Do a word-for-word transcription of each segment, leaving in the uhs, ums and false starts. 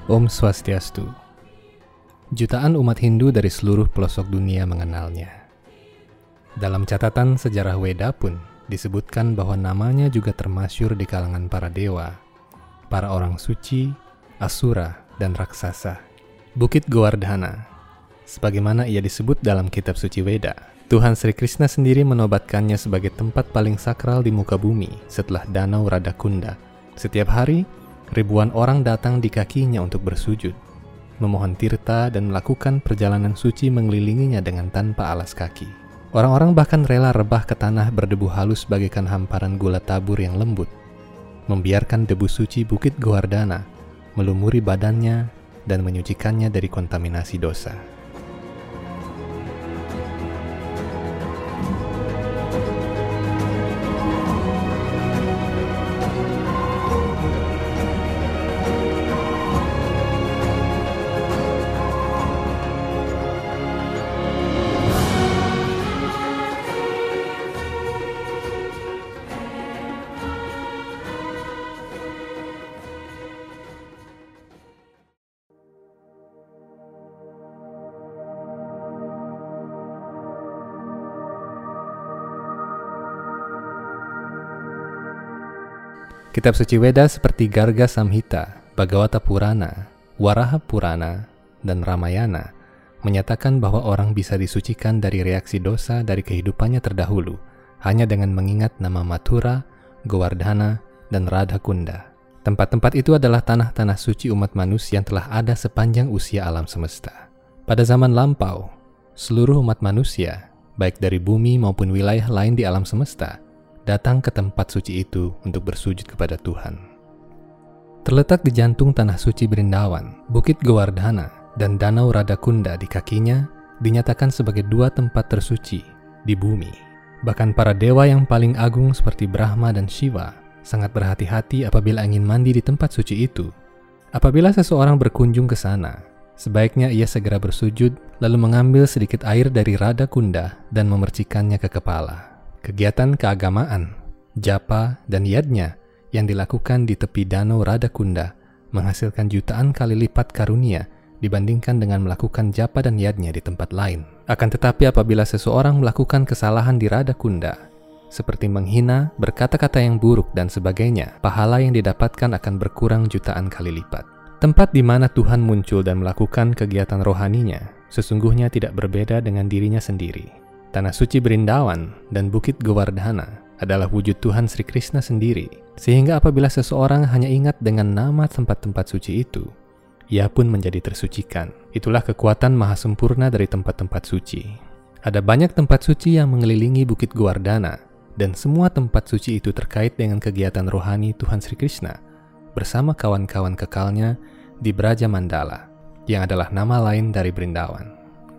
Om Swastiastu. Jutaan umat Hindu dari seluruh pelosok dunia mengenalnya. Dalam catatan sejarah Weda pun disebutkan bahwa namanya juga termasyhur di kalangan para dewa, para orang suci, asura, dan raksasa. Bukit Govardhana, sebagaimana ia disebut dalam kitab suci Weda, Tuhan Sri Krishna sendiri menobatkannya sebagai tempat paling sakral di muka bumi setelah Danau Radhakunda. Setiap hari, ribuan orang datang di kakinya untuk bersujud, memohon tirta dan melakukan perjalanan suci mengelilinginya dengan tanpa alas kaki. Orang-orang bahkan rela rebah ke tanah berdebu halus bagaikan hamparan gula tabur yang lembut, membiarkan debu suci Bukit Govardhana melumuri badannya dan menyucikannya dari kontaminasi dosa. Kitab suci Weda seperti Garga Samhita, Bhagavata Purana, Waraha Purana, dan Ramayana menyatakan bahwa orang bisa disucikan dari reaksi dosa dari kehidupannya terdahulu hanya dengan mengingat nama Mathura, Govardhana, dan Radhakunda. Tempat-tempat itu adalah tanah-tanah suci umat manusia yang telah ada sepanjang usia alam semesta. Pada zaman lampau, seluruh umat manusia, baik dari bumi maupun wilayah lain di alam semesta, datang ke tempat suci itu untuk bersujud kepada Tuhan. Terletak di jantung tanah suci Brindawan, Bukit Govardhana dan Danau Radhakunda di kakinya dinyatakan sebagai dua tempat tersuci di bumi. Bahkan para dewa yang paling agung seperti Brahma dan Shiva sangat berhati-hati apabila ingin mandi di tempat suci itu. Apabila seseorang berkunjung ke sana, sebaiknya ia segera bersujud lalu mengambil sedikit air dari Radhakunda dan memercikannya ke kepala. Kegiatan keagamaan, japa, dan yadnya yang dilakukan di tepi Danau Radhakunda menghasilkan jutaan kali lipat karunia dibandingkan dengan melakukan japa dan yadnya di tempat lain. Akan tetapi apabila seseorang melakukan kesalahan di Radhakunda, seperti menghina, berkata-kata yang buruk, dan sebagainya, pahala yang didapatkan akan berkurang jutaan kali lipat. Tempat di mana Tuhan muncul dan melakukan kegiatan rohaninya sesungguhnya tidak berbeda dengan dirinya sendiri. Tanah suci Brindawan dan Bukit Govardhana adalah wujud Tuhan Sri Krishna sendiri, sehingga apabila seseorang hanya ingat dengan nama tempat-tempat suci itu, ia pun menjadi tersucikan. Itulah kekuatan maha sempurna dari tempat-tempat suci. Ada banyak tempat suci yang mengelilingi Bukit Govardhana, dan semua tempat suci itu terkait dengan kegiatan rohani Tuhan Sri Krishna bersama kawan-kawan kekalnya di Braja Mandala, yang adalah nama lain dari Brindawan.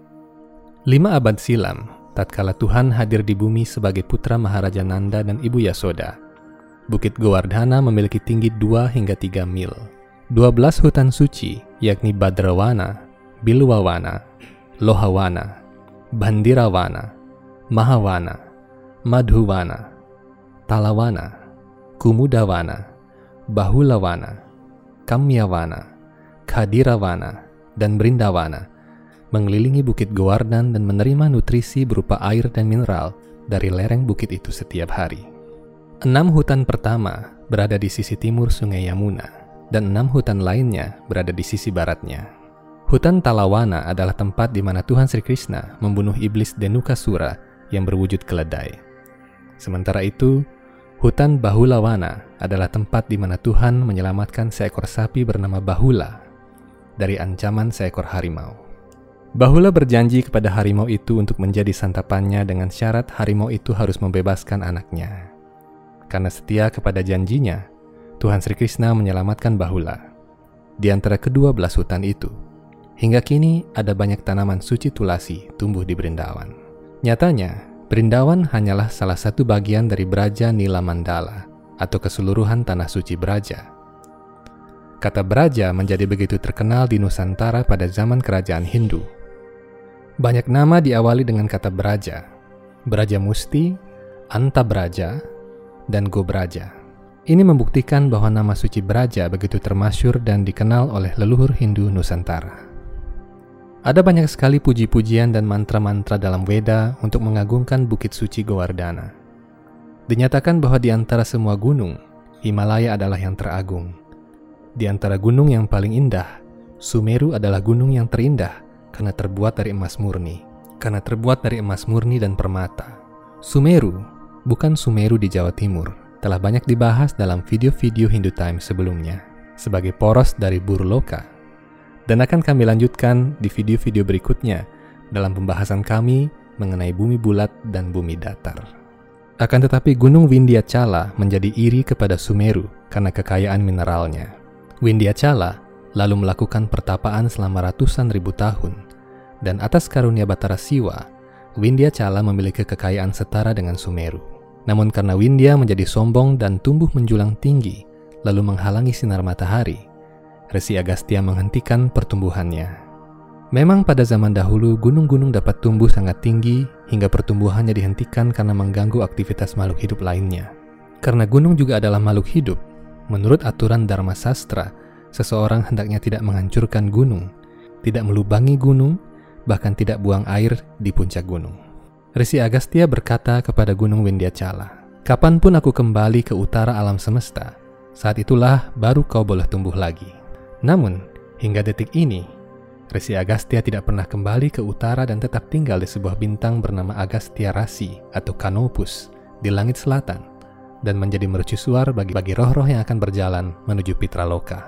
Lima abad silam, tatkala Tuhan hadir di bumi sebagai putra Maharaja Nanda dan Ibu Yasoda, Bukit Govardhana memiliki tinggi dua hingga tiga mil. dua belas hutan suci, yakni Badrawana, Bilwawana, Lohawana, Bandirawana, Mahawana, Madhuwana, Talawana, Kumudawana, Bahulawana, Kamyawana, Khadirawana, dan Brindawana mengelilingi Bukit Govardhan dan menerima nutrisi berupa air dan mineral dari lereng bukit itu setiap hari. Enam hutan pertama berada di sisi timur Sungai Yamuna, dan enam hutan lainnya berada di sisi baratnya. Hutan Talawana adalah tempat di mana Tuhan Sri Krishna membunuh iblis Dhenukasura yang berwujud keledai. Sementara itu, hutan Bahulawana adalah tempat di mana Tuhan menyelamatkan seekor sapi bernama Bahula dari ancaman seekor harimau. Bahula berjanji kepada harimau itu untuk menjadi santapannya dengan syarat harimau itu harus membebaskan anaknya. Karena setia kepada janjinya, Tuhan Sri Krishna menyelamatkan Bahula. Di antara kedua belas hutan itu, hingga kini ada banyak tanaman suci tulasi tumbuh di Brindawan. Nyatanya, Brindawan hanyalah salah satu bagian dari Braja Nila Mandala atau keseluruhan tanah suci Braja. Kata Braja menjadi begitu terkenal di Nusantara pada zaman kerajaan Hindu. Banyak nama diawali dengan kata Braja, Braja Musti, Anta Braja, dan Gobraja. Ini membuktikan bahwa nama suci Braja begitu termasyur dan dikenal oleh leluhur Hindu Nusantara. Ada banyak sekali puji-pujian dan mantra-mantra dalam Weda untuk mengagungkan Bukit Suci Govardhana. Dinyatakan bahwa di antara semua gunung, Himalaya adalah yang teragung. Di antara gunung yang paling indah, Sumeru adalah gunung yang terindah karena terbuat dari emas murni. Karena terbuat dari emas murni dan permata. Sumeru, bukan Sumeru di Jawa Timur, telah banyak dibahas dalam video-video Hindu Times sebelumnya sebagai poros dari Burloka, dan akan kami lanjutkan di video-video berikutnya dalam pembahasan kami mengenai bumi bulat dan bumi datar. Akan tetapi Gunung Vindhyachala menjadi iri kepada Sumeru karena kekayaan mineralnya. Vindhyachala lalu melakukan pertapaan selama ratusan ribu tahun, dan atas karunia Batara Siwa, Vindhyachala memiliki kekayaan setara dengan Sumeru. Namun karena Vindhya menjadi sombong dan tumbuh menjulang tinggi, lalu menghalangi sinar matahari, Resi Agastya menghentikan pertumbuhannya. Memang pada zaman dahulu gunung-gunung dapat tumbuh sangat tinggi hingga pertumbuhannya dihentikan karena mengganggu aktivitas makhluk hidup lainnya. Karena gunung juga adalah makhluk hidup, menurut aturan Dharma Sastra, seseorang hendaknya tidak menghancurkan gunung, tidak melubangi gunung, bahkan tidak buang air di puncak gunung. Resi Agastya berkata kepada Gunung Vindhyachala, "Kapanpun aku kembali ke utara alam semesta, saat itulah baru kau boleh tumbuh lagi." Namun, hingga detik ini, Resi Agastya tidak pernah kembali ke utara dan tetap tinggal di sebuah bintang bernama Agastya Rasi atau Canopus di langit selatan, dan menjadi mercusuar bagi, bagi roh-roh yang akan berjalan menuju Pitraloka.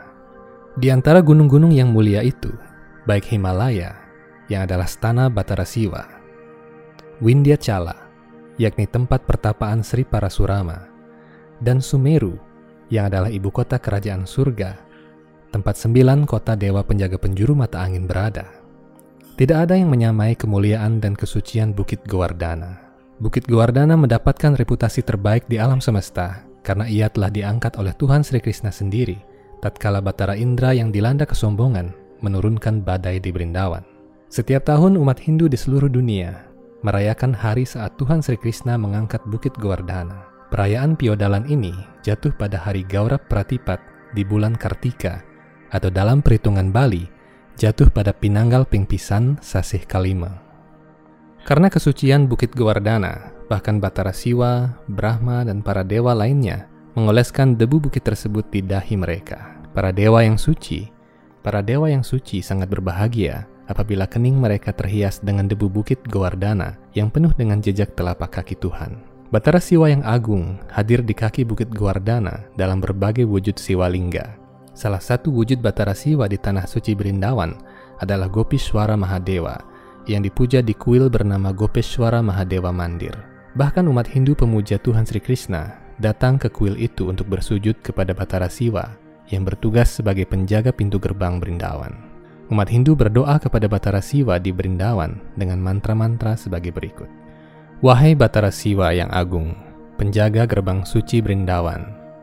Di antara gunung-gunung yang mulia itu, baik Himalaya, yang adalah stana Batara Siwa, Vindhyachala, yakni tempat pertapaan Sri Parasurama, dan Sumeru, yang adalah ibu kota kerajaan surga, tempat sembilan kota dewa penjaga penjuru mata angin berada. Tidak ada yang menyamai kemuliaan dan kesucian Bukit Govardhana. Bukit Govardhana mendapatkan reputasi terbaik di alam semesta karena ia telah diangkat oleh Tuhan Sri Krishna sendiri tatkala Batara Indra yang dilanda kesombongan menurunkan badai di Brindawan. Setiap tahun umat Hindu di seluruh dunia merayakan hari saat Tuhan Sri Krishna mengangkat Bukit Govardhana. Perayaan Piodalan ini jatuh pada hari Gaurab Pratipat di bulan Kartika, atau dalam perhitungan Bali, jatuh pada Pinanggal Pingpisan Sasih Kalima. Karena kesucian Bukit Govardhana, bahkan Batara Siwa, Brahma, dan para dewa lainnya mengoleskan debu bukit tersebut di dahi mereka. Para dewa yang suci, para dewa yang suci sangat berbahagia apabila kening mereka terhias dengan debu Bukit Govardhana yang penuh dengan jejak telapak kaki Tuhan. Batara Siwa yang agung hadir di kaki Bukit Govardhana dalam berbagai wujud Siwalingga. Salah satu wujud Batara Siwa di tanah suci Brindawan adalah Gopishwara Mahadewa yang dipuja di kuil bernama Gopeshwara Mahadewa Mandir. Bahkan umat Hindu pemuja Tuhan Sri Krishna datang ke kuil itu untuk bersujud kepada Batara Siwa yang bertugas sebagai penjaga pintu gerbang Brindawan. Umat Hindu berdoa kepada Batara Siwa di Brindawan dengan mantra-mantra sebagai berikut. Wahai Batara Siwa yang agung, penjaga gerbang suci Brindawan.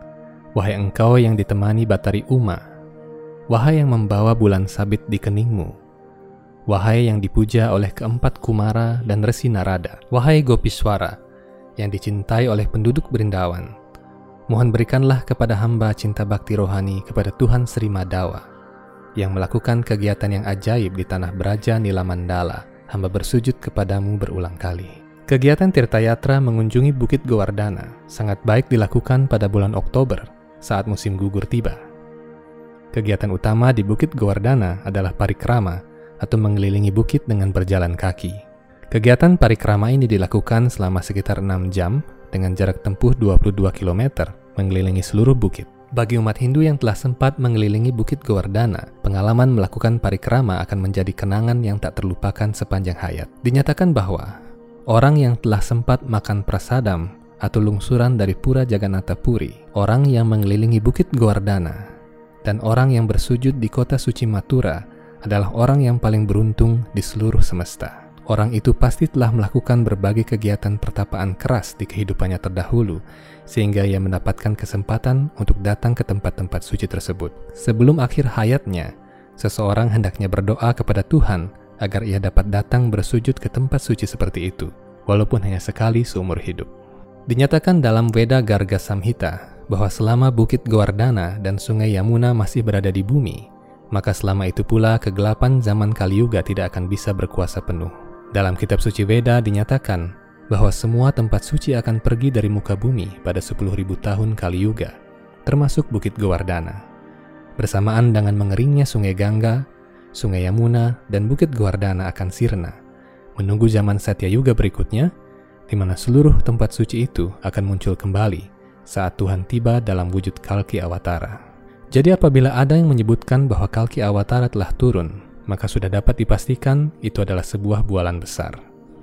Wahai engkau yang ditemani Batari Uma. Wahai yang membawa bulan sabit di keningmu. Wahai yang dipuja oleh keempat Kumara dan Resi Narada. Wahai Gopishwara yang dicintai oleh penduduk Brindawan. Mohon berikanlah kepada hamba cinta bakti rohani kepada Tuhan Sri Madawa yang melakukan kegiatan yang ajaib di tanah Braja Nila Mandala. Hamba bersujud kepadamu berulang kali. Kegiatan Tirtayatra mengunjungi Bukit Govardhana sangat baik dilakukan pada bulan Oktober saat musim gugur tiba. Kegiatan utama di Bukit Govardhana adalah parikrama atau mengelilingi bukit dengan berjalan kaki. Kegiatan parikrama ini dilakukan selama sekitar enam jam dengan jarak tempuh dua puluh dua kilometer mengelilingi seluruh bukit. Bagi umat Hindu yang telah sempat mengelilingi Bukit Govardhana, pengalaman melakukan parikrama akan menjadi kenangan yang tak terlupakan sepanjang hayat. Dinyatakan bahwa orang yang telah sempat makan prasadam atau lungsuran dari Pura Jagannatha Puri, orang yang mengelilingi Bukit Govardhana, dan orang yang bersujud di kota suci Mathura adalah orang yang paling beruntung di seluruh semesta. Orang itu pasti telah melakukan berbagai kegiatan pertapaan keras di kehidupannya terdahulu, sehingga ia mendapatkan kesempatan untuk datang ke tempat-tempat suci tersebut. Sebelum akhir hayatnya, seseorang hendaknya berdoa kepada Tuhan agar ia dapat datang bersujud ke tempat suci seperti itu, walaupun hanya sekali seumur hidup. Dinyatakan dalam Veda Garga Samhita bahwa selama Bukit Govardhana dan Sungai Yamuna masih berada di bumi, maka selama itu pula kegelapan zaman Kali Yuga tidak akan bisa berkuasa penuh. Dalam kitab suci Veda dinyatakan bahwa semua tempat suci akan pergi dari muka bumi pada sepuluh ribu tahun Kali Yuga, termasuk Bukit Govardhana. Bersamaan dengan mengeringnya Sungai Gangga, Sungai Yamuna, dan Bukit Govardhana akan sirna, menunggu zaman Satya Yuga berikutnya, di mana seluruh tempat suci itu akan muncul kembali saat Tuhan tiba dalam wujud Kalki Awatara. Jadi apabila ada yang menyebutkan bahwa Kalki Awatara telah turun, maka sudah dapat dipastikan itu adalah sebuah bualan besar.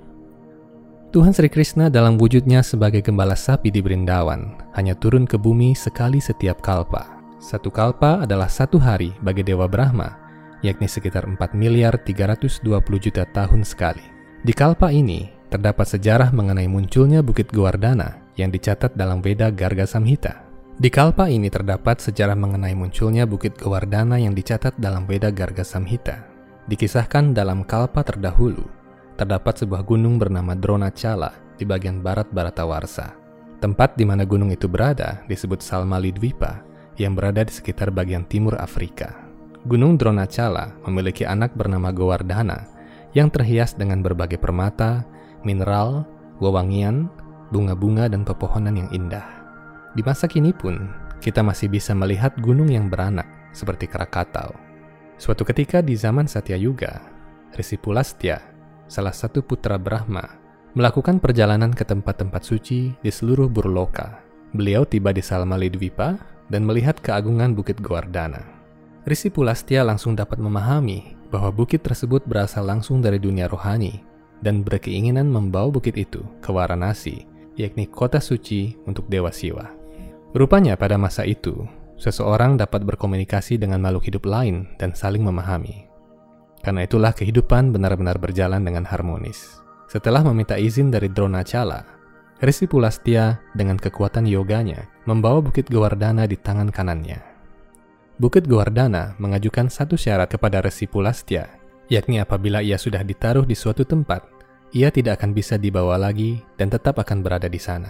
Tuhan Sri Krishna dalam wujudnya sebagai gembala sapi di Brindawan hanya turun ke bumi sekali setiap kalpa. Satu kalpa adalah satu hari bagi Dewa Brahma, yakni sekitar empat miliar tiga ratus dua puluh juta tahun sekali. Di kalpa ini, terdapat sejarah mengenai munculnya Bukit Govardhana yang dicatat dalam Veda Garga Samhita. Di kalpa ini terdapat sejarah mengenai munculnya Bukit Govardhana yang dicatat dalam Veda Garga Samhita. Dikisahkan dalam kalpa terdahulu, terdapat sebuah gunung bernama Dronachala di bagian barat Bharatawarsha. Tempat di mana gunung itu berada disebut Salmali Dwipa yang berada di sekitar bagian timur Afrika. Gunung Dronachala memiliki anak bernama Govardhana yang terhias dengan berbagai permata, mineral, wewangian, bunga-bunga, dan pepohonan yang indah. Di masa kini pun, kita masih bisa melihat gunung yang beranak seperti Krakatau. Suatu ketika di zaman Satya Yuga, Risi Pulastya, salah satu putra Brahma, melakukan perjalanan ke tempat-tempat suci di seluruh Burloka. Beliau tiba di Salmali Dwipa dan melihat keagungan Bukit Govardhana. Risi Pulastya langsung dapat memahami bahwa bukit tersebut berasal langsung dari dunia rohani dan berkeinginan membawa bukit itu ke Varanasi, yakni kota suci untuk Dewa Siwa. Rupanya pada masa itu, seseorang dapat berkomunikasi dengan makhluk hidup lain dan saling memahami. Karena itulah kehidupan benar-benar berjalan dengan harmonis. Setelah meminta izin dari Dronachala, Risi Pulastya dengan kekuatan yoganya membawa Bukit Govardhana di tangan kanannya. Bukit Govardhana mengajukan satu syarat kepada Risi Pulastya, yakni apabila ia sudah ditaruh di suatu tempat, ia tidak akan bisa dibawa lagi dan tetap akan berada di sana.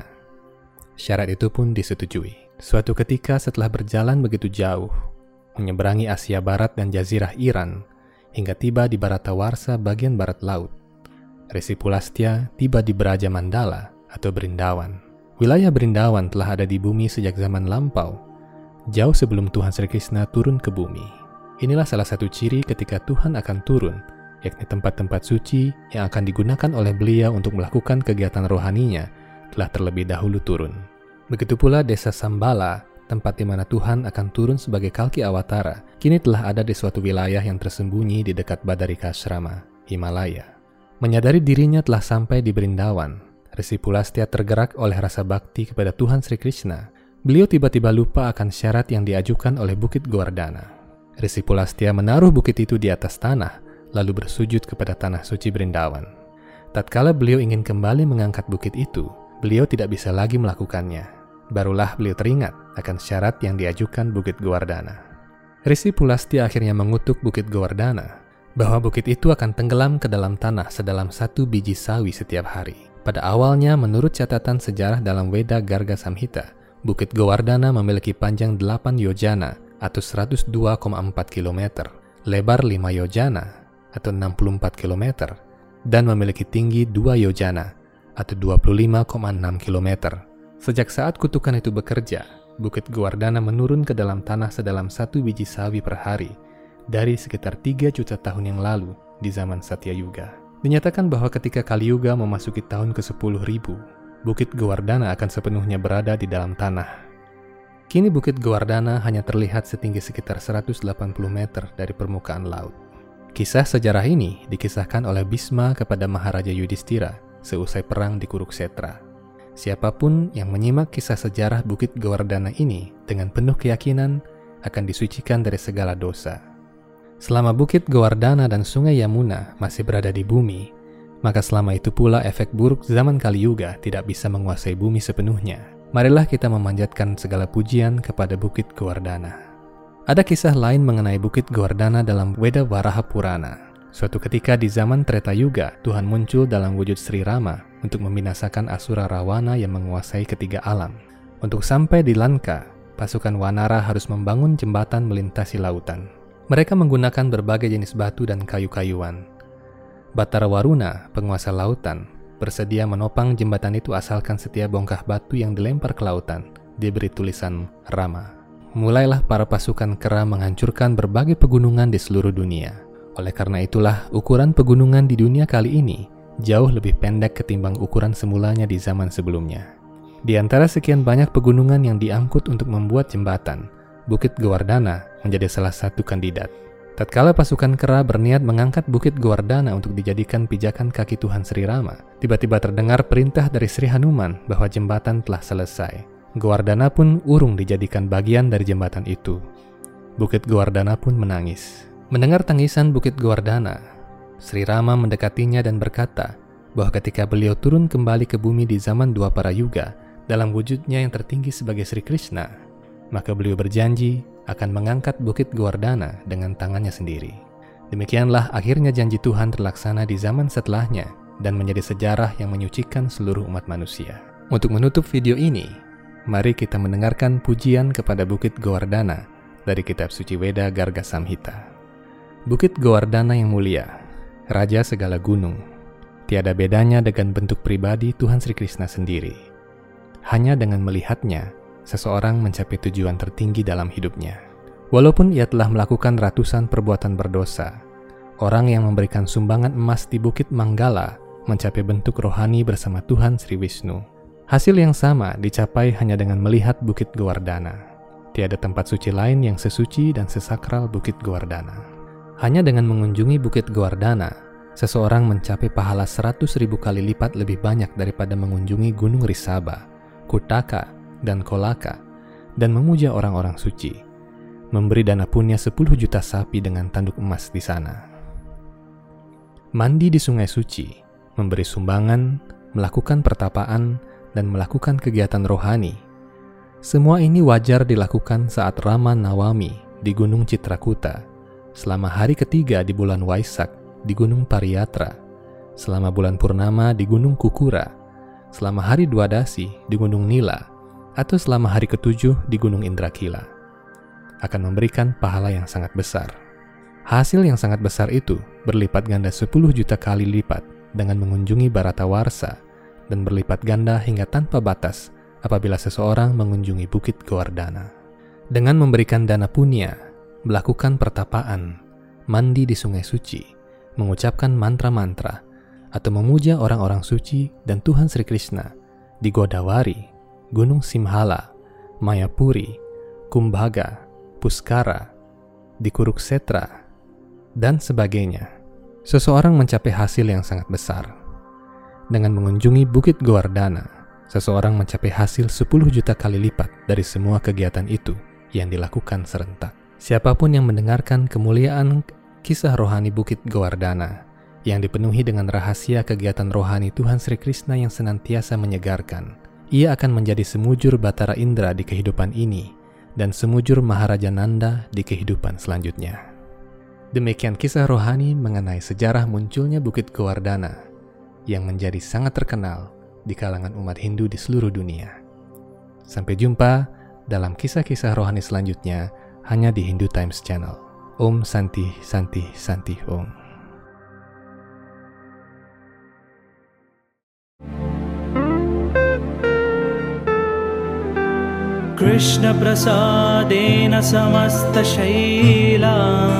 Syarat itu pun disetujui. Suatu ketika setelah berjalan begitu jauh, menyeberangi Asia Barat dan Jazirah Iran, hingga tiba di Bharatawarsha bagian barat laut, Risi Pulastya tiba di Braja Mandala atau Brindawan. Wilayah Brindawan telah ada di bumi sejak zaman lampau, jauh sebelum Tuhan Sri Krishna turun ke bumi. Inilah salah satu ciri ketika Tuhan akan turun, yakni tempat-tempat suci yang akan digunakan oleh beliau untuk melakukan kegiatan rohaninya telah terlebih dahulu turun. Begitu pula desa Sambala, tempat di mana Tuhan akan turun sebagai Kalki Awatara, kini telah ada di suatu wilayah yang tersembunyi di dekat Badarika Asrama, Himalaya. Menyadari dirinya telah sampai di Brindawan, Risi Pulastya tergerak oleh rasa bakti kepada Tuhan Sri Krishna. Beliau tiba-tiba lupa akan syarat yang diajukan oleh Bukit Govardhana. Risi Pulastya menaruh bukit itu di atas tanah, lalu bersujud kepada tanah suci Brindawan. Tatkala beliau ingin kembali mengangkat bukit itu, beliau tidak bisa lagi melakukannya. Barulah beliau teringat akan syarat yang diajukan Bukit Govardhana. Risi Pulastya akhirnya mengutuk Bukit Govardhana bahwa bukit itu akan tenggelam ke dalam tanah sedalam satu biji sawi setiap hari. Pada awalnya, menurut catatan sejarah dalam Veda Garga Samhita, Bukit Govardhana memiliki panjang delapan yojana atau seratus dua koma empat kilometer, lebar lima yojana atau enam puluh empat kilometer, dan memiliki tinggi dua yojana atau dua puluh lima koma enam kilometer. Sejak saat kutukan itu bekerja, Bukit Govardhana menurun ke dalam tanah sedalam satu biji sawi per hari dari sekitar tiga juta tahun yang lalu di zaman Satya Yuga. Dinyatakan bahwa ketika Kali Yuga memasuki tahun ke sepuluh ribu, Bukit Govardhana akan sepenuhnya berada di dalam tanah. Kini Bukit Govardhana hanya terlihat setinggi sekitar seratus delapan puluh meter dari permukaan laut. Kisah sejarah ini dikisahkan oleh Bhisma kepada Maharaja Yudhishthira seusai perang di Kuruksetra. Siapapun yang menyimak kisah sejarah Bukit Govardhana ini dengan penuh keyakinan akan disucikan dari segala dosa. Selama Bukit Govardhana dan Sungai Yamuna masih berada di bumi, maka selama itu pula efek buruk zaman Kali Yuga tidak bisa menguasai bumi sepenuhnya. Marilah kita memanjatkan segala pujian kepada Bukit Govardhana. Ada kisah lain mengenai Bukit Govardhana dalam Veda Varaha Purana. Suatu ketika di zaman Treta Yuga, Tuhan muncul dalam wujud Sri Rama untuk membinasakan Asura Rawana yang menguasai ketiga alam. Untuk sampai di Lanka, pasukan Wanara harus membangun jembatan melintasi lautan. Mereka menggunakan berbagai jenis batu dan kayu-kayuan. Batara Waruna, penguasa lautan, bersedia menopang jembatan itu asalkan setiap bongkah batu yang dilempar ke lautan diberi tulisan Rama. Mulailah para pasukan kera menghancurkan berbagai pegunungan di seluruh dunia. Oleh karena itulah, ukuran pegunungan di dunia kali ini jauh lebih pendek ketimbang ukuran semulanya di zaman sebelumnya. Di antara sekian banyak pegunungan yang diangkut untuk membuat jembatan, Bukit Gewardhana menjadi salah satu kandidat. Tatkala pasukan kera berniat mengangkat Bukit Gewardhana untuk dijadikan pijakan kaki Tuhan Sri Rama, tiba-tiba terdengar perintah dari Sri Hanuman bahwa jembatan telah selesai. Gewardhana pun urung dijadikan bagian dari jembatan itu. Bukit Gewardhana pun menangis. Mendengar tangisan Bukit Gewardhana, Sri Rama mendekatinya dan berkata bahwa ketika beliau turun kembali ke bumi di zaman Dwapara Yuga dalam wujudnya yang tertinggi sebagai Sri Krishna, maka beliau berjanji akan mengangkat Bukit Gewardhana dengan tangannya sendiri. Demikianlah akhirnya janji Tuhan terlaksana di zaman setelahnya dan menjadi sejarah yang menyucikan seluruh umat manusia. Untuk menutup video ini, mari kita mendengarkan pujian kepada Bukit Gewardhana dari kitab suci Weda Garga Samhita. Bukit Gewardhana yang mulia, raja segala gunung, tiada bedanya dengan bentuk pribadi Tuhan Sri Krishna sendiri. Hanya dengan melihatnya, seseorang mencapai tujuan tertinggi dalam hidupnya. Walaupun ia telah melakukan ratusan perbuatan berdosa, orang yang memberikan sumbangan emas di Bukit Manggala mencapai bentuk rohani bersama Tuhan Sri Wisnu. Hasil yang sama dicapai hanya dengan melihat Bukit Gewardhana. Tiada tempat suci lain yang sesuci dan sesakral Bukit Gewardhana. Hanya dengan mengunjungi Bukit Gewardhana, seseorang mencapai pahala seratus ribu kali lipat lebih banyak daripada mengunjungi Gunung Risabha, Kutaka, dan Kolaka, dan memuja orang-orang suci, memberi dana punya sepuluh juta sapi dengan tanduk emas di sana. Mandi di sungai suci, memberi sumbangan, melakukan pertapaan, dan melakukan kegiatan rohani. Semua ini wajar dilakukan saat Rama Nawami di Gunung Citrakuta, selama hari ketiga di bulan Waisak di Gunung Pariyatra, selama bulan Purnama di Gunung Kukura, selama hari Dwadasi di Gunung Nila, atau selama hari ketujuh di Gunung Indrakila. Akan memberikan pahala yang sangat besar. Hasil yang sangat besar itu berlipat ganda sepuluh juta kali lipat dengan mengunjungi Bharatawarsha, dan berlipat ganda hingga tanpa batas apabila seseorang mengunjungi Bukit Gewardhana. Dengan memberikan dana punya, melakukan pertapaan, mandi di sungai suci, mengucapkan mantra-mantra, atau memuja orang-orang suci dan Tuhan Sri Krishna di Godawari, Gunung Simhala, Mayapuri, Kumbhaga, Puskara, di Kuruksetra, dan sebagainya. Seseorang mencapai hasil yang sangat besar. Dengan mengunjungi Bukit Gewardhana, seseorang mencapai hasil sepuluh juta kali lipat dari semua kegiatan itu yang dilakukan serentak. Siapapun yang mendengarkan kemuliaan kisah rohani Bukit Gewardhana yang dipenuhi dengan rahasia kegiatan rohani Tuhan Sri Krishna yang senantiasa menyegarkan, ia akan menjadi semujur Batara Indra di kehidupan ini dan semujur Maharaja Nanda di kehidupan selanjutnya. Demikian kisah rohani mengenai sejarah munculnya Bukit Gewardhana yang menjadi sangat terkenal di kalangan umat Hindu di seluruh dunia. Sampai jumpa dalam kisah-kisah rohani selanjutnya hanya di Hindu Times Channel. Om Santi Santi Santi Om. Krishna prasadena samasta shaila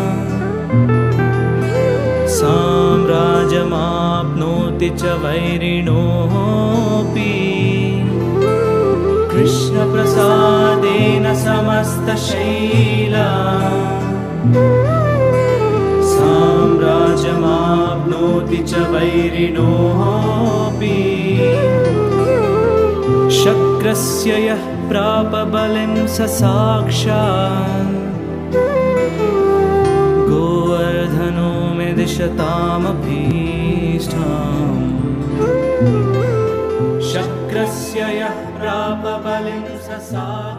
samrajamapnoti cha vairinopi. Krishna prasadena samasta shaila samrajamapnoti cha vairinopi. Shakrasya yah prapa balim sasakshat Govardhano medishatam abhishtam. Shakrasya yah prapa balim sasakshat